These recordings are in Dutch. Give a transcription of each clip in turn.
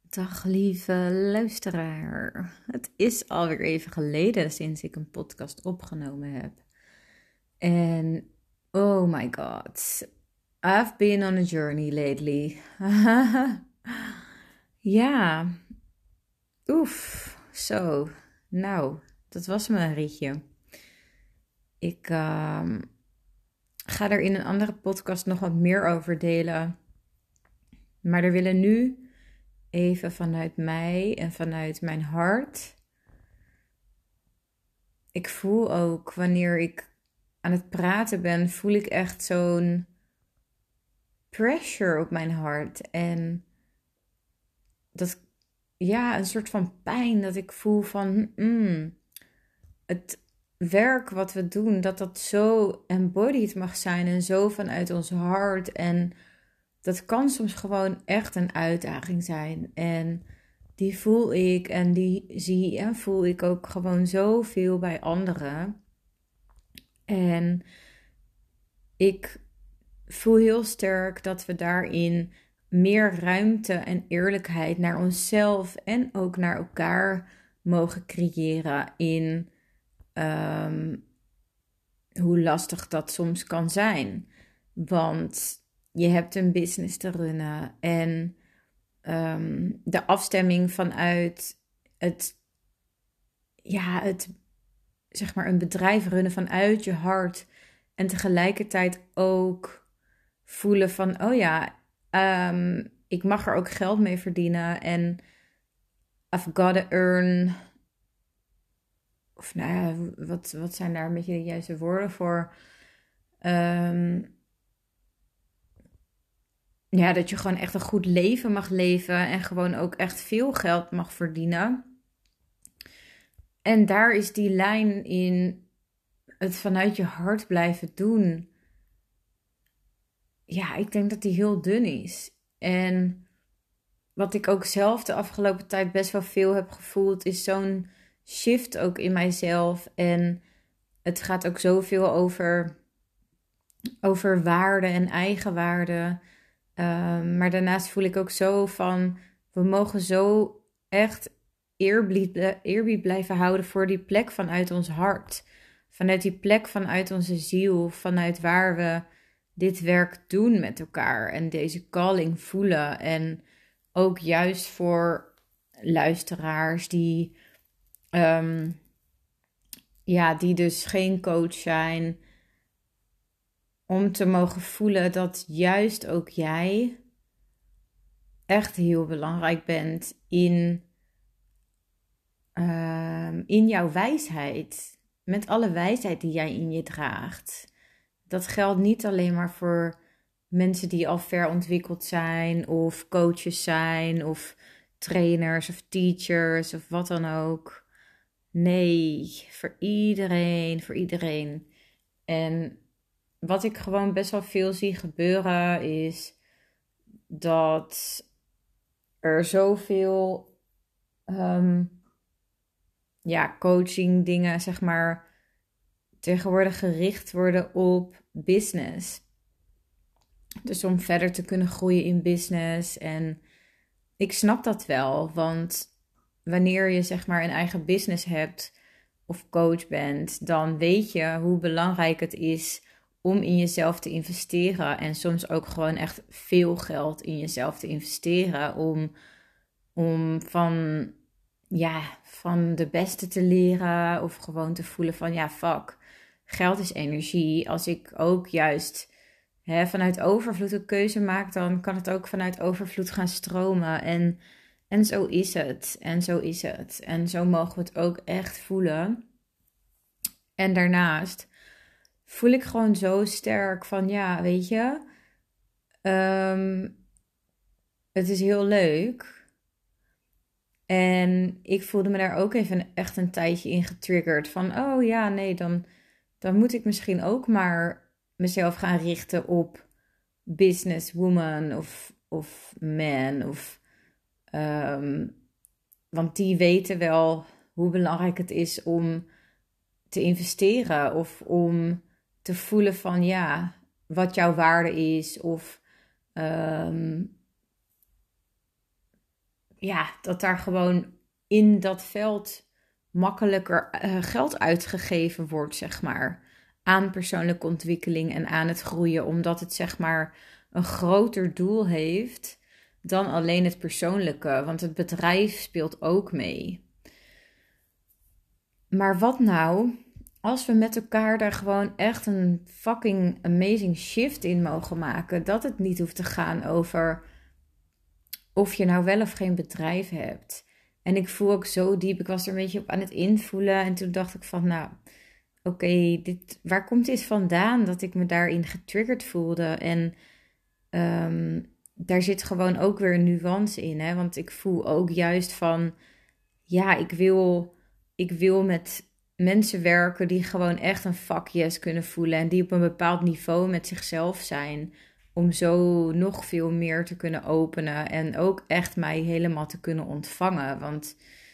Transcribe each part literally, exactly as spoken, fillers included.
Dag lieve luisteraar. Het is alweer even geleden sinds ik een podcast opgenomen heb. En oh my god, I've been on a journey lately. Ja, oef, zo. Nou, dat was me een ritje. Ik ehm, ga er in een andere podcast nog wat meer over delen. Maar er willen nu even vanuit mij en vanuit mijn hart. Ik voel ook wanneer ik aan het praten ben, voel ik echt zo'n pressure op mijn hart. En dat, ja, een soort van pijn dat ik voel van mm, het werk wat we doen, dat dat zo embodied mag zijn en zo vanuit ons hart. En dat kan soms gewoon echt een uitdaging zijn. En die voel ik en die zie en voel ik ook gewoon zoveel bij anderen. En ik voel heel sterk dat we daarin meer ruimte en eerlijkheid naar onszelf en ook naar elkaar mogen creëren in um, hoe lastig dat soms kan zijn. Want je hebt een business te runnen en um, de afstemming vanuit het, ja, het, zeg maar, een bedrijf runnen vanuit je hart en tegelijkertijd ook voelen van, oh ja, um, ik mag er ook geld mee verdienen en I've gotta earn, of nou ja, wat, wat zijn daar een beetje de juiste woorden voor? Um, ja, dat je gewoon echt een goed leven mag leven en gewoon ook echt veel geld mag verdienen. En daar is die lijn in het vanuit je hart blijven doen. Ja, ik denk dat die heel dun is. En wat ik ook zelf de afgelopen tijd best wel veel heb gevoeld, is zo'n shift ook in mijzelf. En het gaat ook zoveel over, over waarde en eigenwaarde. Um, maar daarnaast voel ik ook zo van, we mogen zo echt eerbied, eerbied blijven houden voor die plek vanuit ons hart. Vanuit die plek vanuit onze ziel, vanuit waar we dit werk doen met elkaar en deze calling voelen. En ook juist voor luisteraars die, um, ja, die dus geen coach zijn, om te mogen voelen dat juist ook jij echt heel belangrijk bent in, um, in jouw wijsheid. Met alle wijsheid die jij in je draagt. Dat geldt niet alleen maar voor mensen die al ver ontwikkeld zijn, of coaches zijn, of trainers of teachers of wat dan ook. Nee, voor iedereen, voor iedereen. En wat ik gewoon best wel veel zie gebeuren is dat er zoveel um, ja, coaching dingen, zeg maar, tegenwoordig gericht worden op business. Dus om verder te kunnen groeien in business. En ik snap dat wel, want wanneer je, zeg maar, een eigen business hebt of coach bent, dan weet je hoe belangrijk het is om in jezelf te investeren. En soms ook gewoon echt veel geld in jezelf te investeren. Om, om van, ja, van de beste te leren. Of gewoon te voelen van, ja, fuck. Geld is energie. Als ik ook juist hè, vanuit overvloed een keuze maak, dan kan het ook vanuit overvloed gaan stromen. En, en zo is het. En zo is het. En zo mogen we het ook echt voelen. En daarnaast voel ik gewoon zo sterk van, ja, weet je, um, het is heel leuk. En ik voelde me daar ook even echt een tijdje in getriggerd. Van, oh ja, nee, dan, dan moet ik misschien ook maar mezelf gaan richten op businesswoman of, of man. Of, um, want die weten wel hoe belangrijk het is om te investeren. Of om te voelen van, ja, wat jouw waarde is. Of um, ja, dat daar gewoon in dat veld makkelijker uh, geld uitgegeven wordt, zeg maar. Aan persoonlijke ontwikkeling en aan het groeien. Omdat het, zeg maar, een groter doel heeft dan alleen het persoonlijke. Want het bedrijf speelt ook mee. Maar wat nou als we met elkaar daar gewoon echt een fucking amazing shift in mogen maken? Dat het niet hoeft te gaan over of je nou wel of geen bedrijf hebt. En ik voel ook zo diep, ik was er een beetje op aan het invoelen. En toen dacht ik van, nou, oké, okay, dit, waar komt dit vandaan? Dat ik me daarin getriggerd voelde. En um, daar zit gewoon ook weer een nuance in. Hè? Want ik voel ook juist van, ja, ik wil, ik wil met mensen werken die gewoon echt een fuck yes kunnen voelen. En die op een bepaald niveau met zichzelf zijn. Om zo nog veel meer te kunnen openen. En ook echt mij helemaal te kunnen ontvangen. Want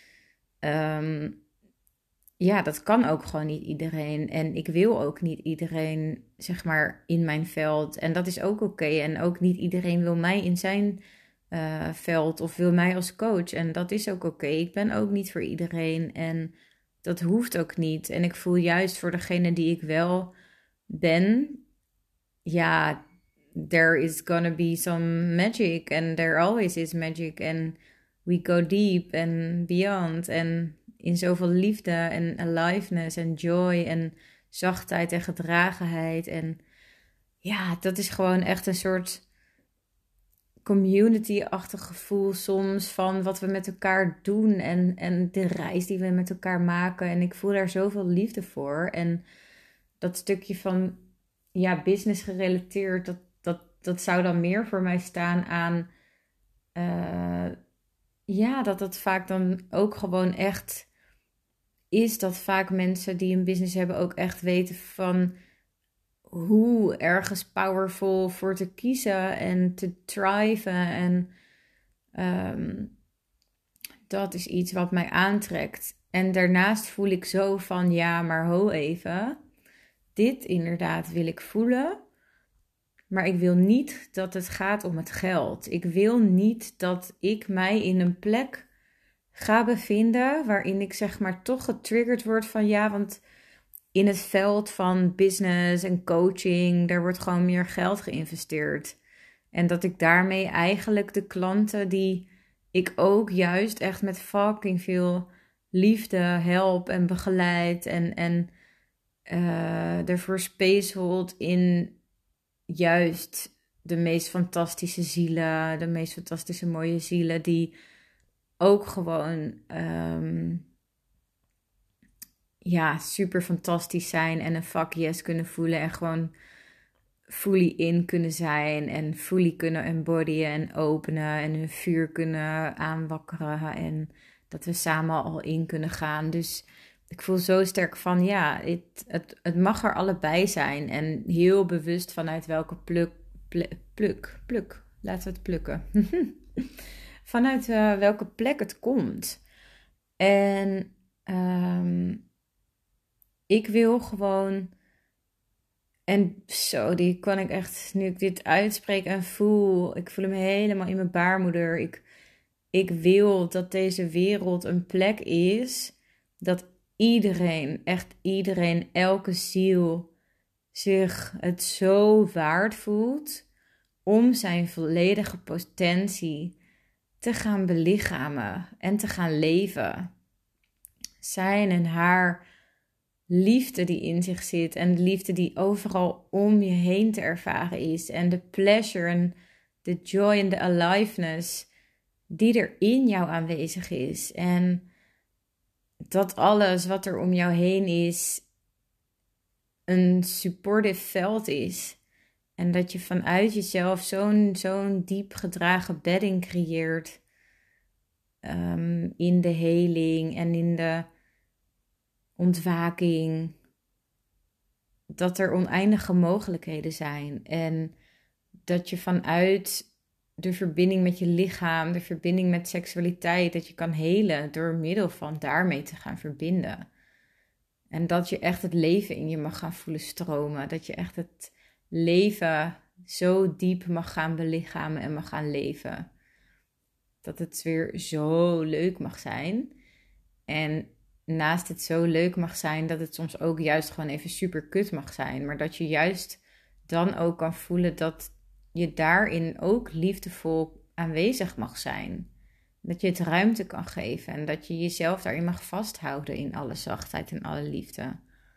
um, ja, dat kan ook gewoon niet iedereen. En ik wil ook niet iedereen, zeg maar, in mijn veld. En dat is ook oké. Okay. En ook niet iedereen wil mij in zijn uh, veld of wil mij als coach. En dat is ook oké. Okay. Ik ben ook niet voor iedereen. En dat hoeft ook niet. En ik voel juist voor degene die ik wel ben, ja, there is gonna be some magic. And there always is magic. And we go deep and beyond. En in zoveel liefde en aliveness en joy en zachtheid en gedragenheid. En ja, dat is gewoon echt een soort community-achtig gevoel soms van wat we met elkaar doen en, en de reis die we met elkaar maken. En ik voel daar zoveel liefde voor. En dat stukje van, ja, business gerelateerd, dat, dat, dat zou dan meer voor mij staan aan, uh, ja, dat dat vaak dan ook gewoon echt is dat vaak mensen die een business hebben ook echt weten van hoe ergens powerful voor te kiezen en te thriven. En um, dat is iets wat mij aantrekt. En daarnaast voel ik zo van, ja, maar ho even. Dit inderdaad wil ik voelen. Maar ik wil niet dat het gaat om het geld. Ik wil niet dat ik mij in een plek ga bevinden waarin ik, zeg maar, toch getriggerd word van, ja, want in het veld van business en coaching, daar wordt gewoon meer geld geïnvesteerd. En dat ik daarmee eigenlijk de klanten die ik ook juist echt met fucking veel liefde help en begeleid en, en uh, ervoor spacehold in juist de meest fantastische zielen, de meest fantastische mooie zielen die ook gewoon um, ja, super fantastisch zijn en een fuck yes kunnen voelen en gewoon fully in kunnen zijn en fully kunnen embodyen en openen en hun vuur kunnen aanwakkeren en dat we samen al in kunnen gaan. Dus ik voel zo sterk van, ja, het, het, het mag er allebei zijn en heel bewust vanuit welke pluk, pluk, pluk, pluk laten we het plukken. Vanuit uh, welke plek het komt. En um, ik wil gewoon, en zo, die kan ik echt, nu ik dit uitspreek en voel, ik voel hem helemaal in mijn baarmoeder. Ik, ik wil dat deze wereld een plek is, dat iedereen, echt iedereen, elke ziel zich het zo waard voelt om zijn volledige potentie te gaan belichamen en te gaan leven. Zijn en haar liefde die in zich zit en de liefde die overal om je heen te ervaren is en de pleasure en de joy en de aliveness die er in jou aanwezig is en dat alles wat er om jou heen is een supportive veld is en dat je vanuit jezelf zo'n, zo'n diep gedragen bedding creëert um, in de heling en in de ontwaking, dat er oneindige mogelijkheden zijn en dat je vanuit de verbinding met je lichaam, de verbinding met seksualiteit, dat je kan helen door middel van daarmee te gaan verbinden. En dat je echt het leven in je mag gaan voelen stromen, dat je echt het leven zo diep mag gaan belichamen en mag gaan leven. dat het weer zo leuk mag zijn. En naast het zo leuk mag zijn, dat het soms ook juist gewoon even super kut mag zijn. Maar dat je juist dan ook kan voelen dat je daarin ook liefdevol aanwezig mag zijn. Dat je het ruimte kan geven en dat je jezelf daarin mag vasthouden in alle zachtheid en alle liefde.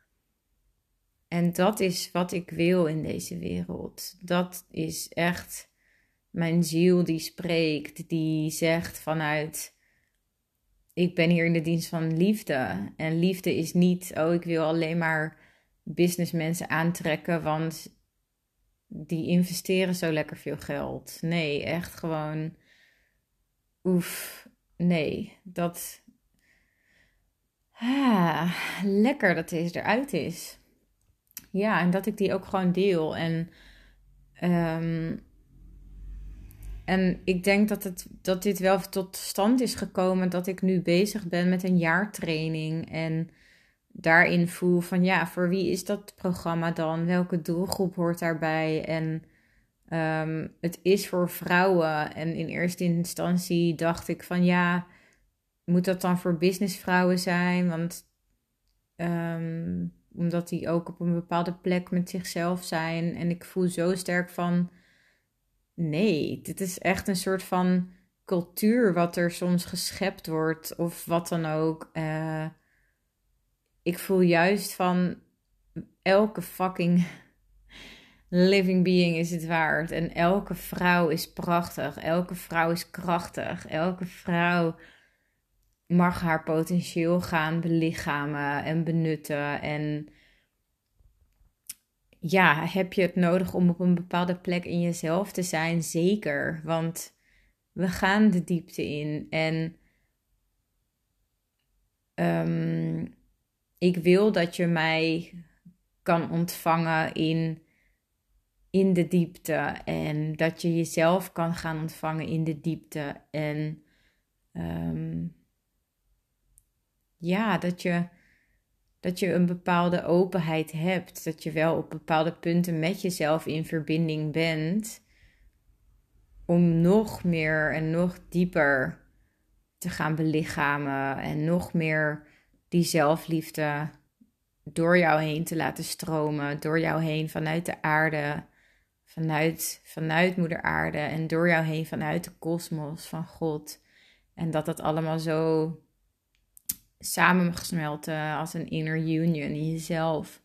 En dat is wat ik wil in deze wereld. Dat is echt mijn ziel die spreekt, die zegt vanuit: ik ben hier in de dienst van liefde. En liefde is niet, oh, ik wil alleen maar businessmensen aantrekken, want die investeren zo lekker veel geld. Nee, echt gewoon, oef, nee, dat, ah, lekker dat deze eruit is. Ja, en dat ik die ook gewoon deel. En, um, en ik denk dat, het, dat dit wel tot stand is gekomen, dat ik nu bezig ben met een jaartraining. En daarin voel van, ja, voor wie is dat programma dan? Welke doelgroep hoort daarbij? En um, het is voor vrouwen. En in eerste instantie dacht ik van, ja, moet dat dan voor businessvrouwen zijn? Want um, omdat die ook op een bepaalde plek met zichzelf zijn. En ik voel zo sterk van, nee, dit is echt een soort van cultuur wat er soms geschept wordt. Of wat dan ook. Uh, ik voel juist van, elke fucking living being is het waard. En elke vrouw is prachtig. Elke vrouw is krachtig. Elke vrouw mag haar potentieel gaan belichamen en benutten. En ja, heb je het nodig om op een bepaalde plek in jezelf te zijn? Zeker, want we gaan de diepte in. En um, ik wil dat je mij kan ontvangen in, in de diepte. En dat je jezelf kan gaan ontvangen in de diepte. En um, ja, dat je... dat je een bepaalde openheid hebt. Dat je wel op bepaalde punten met jezelf in verbinding bent. Om nog meer en nog dieper te gaan belichamen. En nog meer die zelfliefde door jou heen te laten stromen. Door jou heen vanuit de aarde. Vanuit, vanuit moeder aarde. En door jou heen vanuit de kosmos van God. En dat dat allemaal zo samen mag smelten als een inner union in jezelf.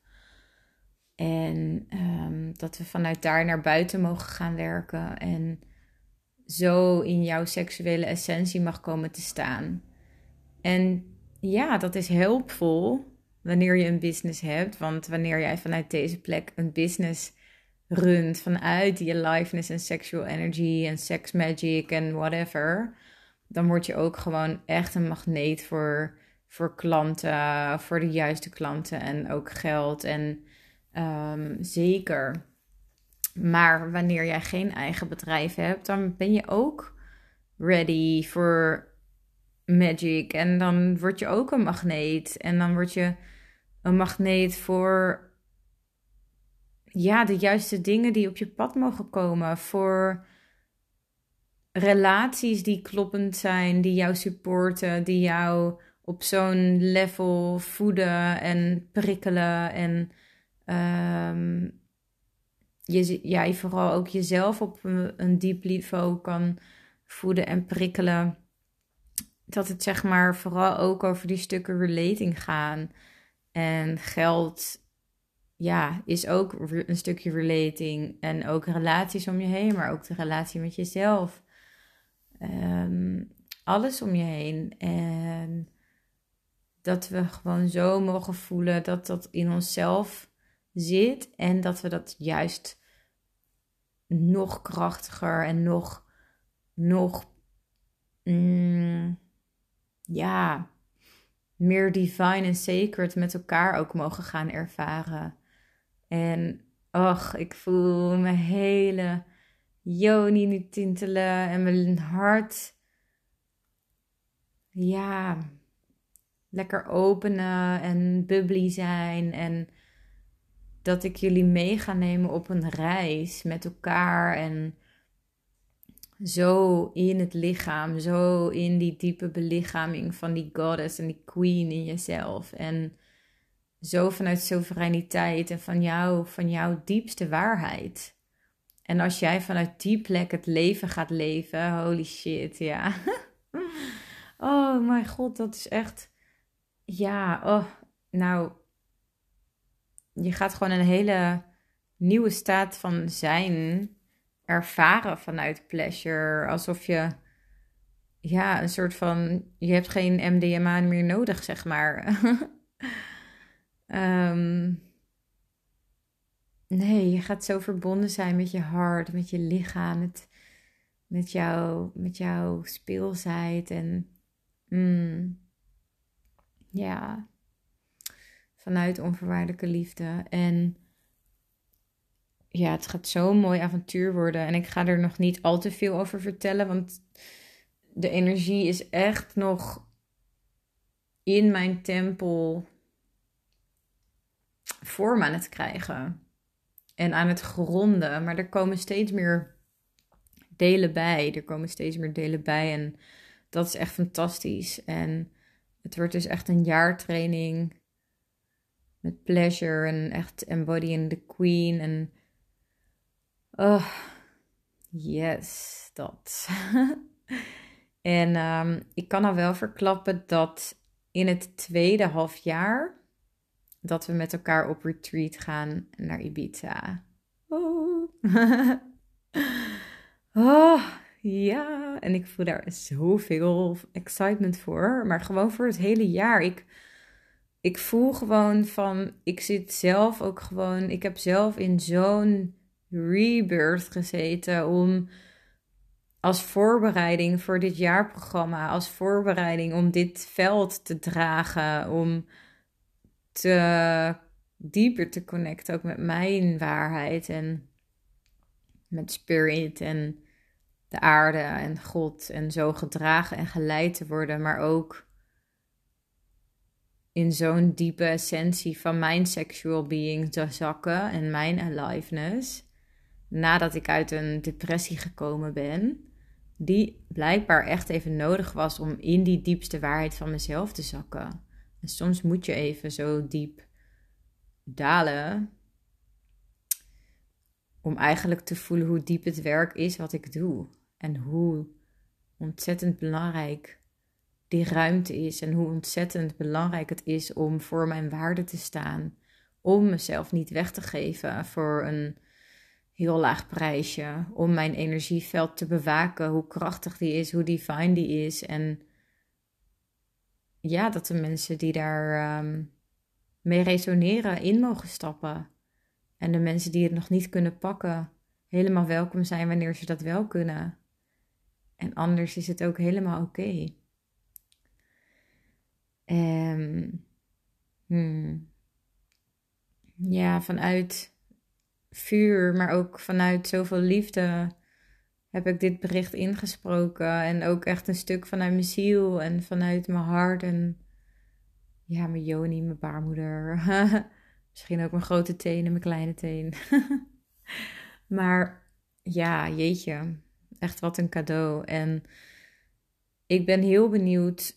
En um, dat we vanuit daar naar buiten mogen gaan werken. En zo in jouw seksuele essentie mag komen te staan. En ja, dat is hulpvol wanneer je een business hebt. Want wanneer jij vanuit deze plek een business runt, vanuit die aliveness en sexual energy en sex magic en whatever, dan word je ook gewoon echt een magneet voor... voor klanten, voor de juiste klanten en ook geld en um, zeker. Maar wanneer jij geen eigen bedrijf hebt, dan ben je ook ready voor magic. En dan word je ook een magneet. En dan word je een magneet voor, ja, de juiste dingen die op je pad mogen komen. Voor relaties die kloppend zijn, die jou supporten, die jou op zo'n level voeden en prikkelen. En um, je, ja, je vooral ook jezelf op een, een diep niveau kan voeden en prikkelen. Dat het zeg maar vooral ook over die stukken relating gaan. En geld, ja, is ook een stukje relating. En ook relaties om je heen, maar ook de relatie met jezelf. Um, alles om je heen. En dat we gewoon zo mogen voelen dat dat in onszelf zit. En dat we dat juist nog krachtiger en nog, nog, mm, ja, meer divine en sacred met elkaar ook mogen gaan ervaren. En och, ik voel mijn hele yoni nu tintelen en mijn hart, ja, lekker openen en bubbly zijn. En dat ik jullie mee ga nemen op een reis met elkaar. En zo in het lichaam, zo in die diepe belichaming van die goddess en die queen in jezelf. En zo vanuit soevereiniteit en van jou, van jouw diepste waarheid. En als jij vanuit die plek het leven gaat leven, holy shit, ja. Oh mijn god, dat is echt, ja, oh, nou, je gaat gewoon een hele nieuwe staat van zijn ervaren vanuit pleasure. Alsof je, ja, een soort van, je hebt geen M D M A meer nodig, zeg maar. um, nee, je gaat zo verbonden zijn met je hart, met je lichaam, met, met, jou, met jouw speelsheid. En mm, ja, vanuit onvoorwaardelijke liefde. En ja, het gaat zo'n mooi avontuur worden. En ik ga er nog niet al te veel over vertellen, want de energie is echt nog in mijn tempel vorm aan het krijgen. En aan het gronden. Maar er komen steeds meer delen bij. Er komen steeds meer delen bij. En dat is echt fantastisch. En het wordt dus echt een jaartraining met pleasure en echt embodying the queen. En oh, yes, dat. En um, ik kan al wel verklappen dat in het tweede halfjaar dat we met elkaar op retreat gaan naar Ibiza. Oh. Oh, ja, en ik voel daar zoveel excitement voor. Maar gewoon voor het hele jaar. Ik, ik voel gewoon van, ik zit zelf ook gewoon, ik heb zelf in zo'n rebirth gezeten om als voorbereiding voor dit jaarprogramma, als voorbereiding om dit veld te dragen, om te dieper te connecten ook met mijn waarheid en met spirit en de aarde en God en zo gedragen en geleid te worden, maar ook in zo'n diepe essentie van mijn sexual being te zakken en mijn aliveness, nadat ik uit een depressie gekomen ben, die blijkbaar echt even nodig was om in die diepste waarheid van mezelf te zakken. En soms moet je even zo diep dalen om eigenlijk te voelen hoe diep het werk is wat ik doe. En hoe ontzettend belangrijk die ruimte is. En hoe ontzettend belangrijk het is om voor mijn waarde te staan. Om mezelf niet weg te geven voor een heel laag prijsje. Om mijn energieveld te bewaken. Hoe krachtig die is, hoe divine die is. En ja, dat de mensen die daar um, mee resoneren in mogen stappen. En de mensen die het nog niet kunnen pakken, helemaal welkom zijn wanneer ze dat wel kunnen. En anders is het ook helemaal oké. Okay. Um, hmm. Ja, vanuit vuur, maar ook vanuit zoveel liefde heb ik dit bericht ingesproken. En ook echt een stuk vanuit mijn ziel en vanuit mijn hart. En ja, mijn yoni, mijn baarmoeder. Misschien ook mijn grote teen en mijn kleine teen. Maar ja, jeetje. Echt wat een cadeau. En ik ben heel benieuwd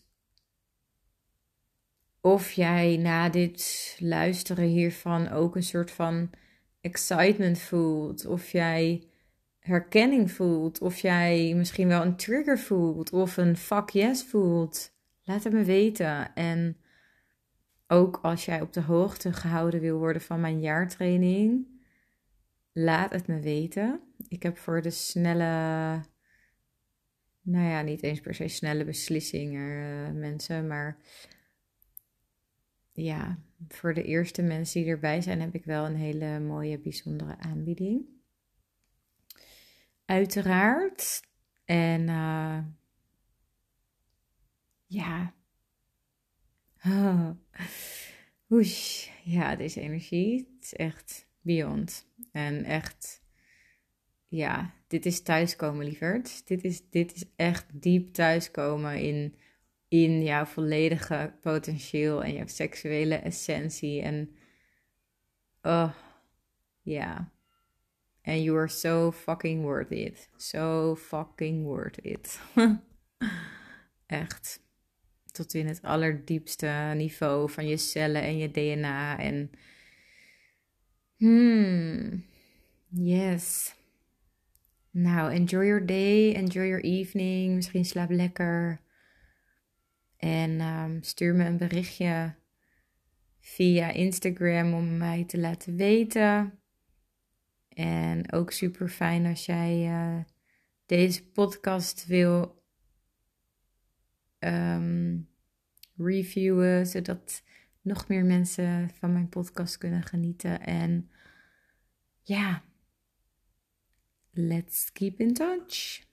of jij na dit luisteren hiervan ook een soort van excitement voelt. Of jij herkenning voelt. Of jij misschien wel een trigger voelt. Of een fuck yes voelt. Laat het me weten. En ook als jij op de hoogte gehouden wil worden van mijn jaartraining, laat het me weten. Ik heb voor de snelle, nou ja, niet eens per se snelle beslissingen, uh, mensen, maar ja, voor de eerste mensen die erbij zijn, heb ik wel een hele mooie, bijzondere aanbieding. Uiteraard. En uh, ja. Oh. Oesh. Ja, deze energie, het is echt beyond. En echt, ja, dit is thuiskomen, lieverd. Dit is, dit is echt diep thuiskomen in, in jouw volledige potentieel en jouw seksuele essentie. En, oh, ja. And you are so fucking worth it. So fucking worth it. Echt. Tot in het allerdiepste niveau van je cellen en je D N A. En hmm, yes. Nou, enjoy your day, enjoy your evening. Misschien slaap lekker. En um, stuur me een berichtje via Instagram om mij te laten weten. En ook super fijn als jij uh, deze podcast wil um, reviewen, zodat nog meer mensen van mijn podcast kunnen genieten. En ja, let's keep in touch.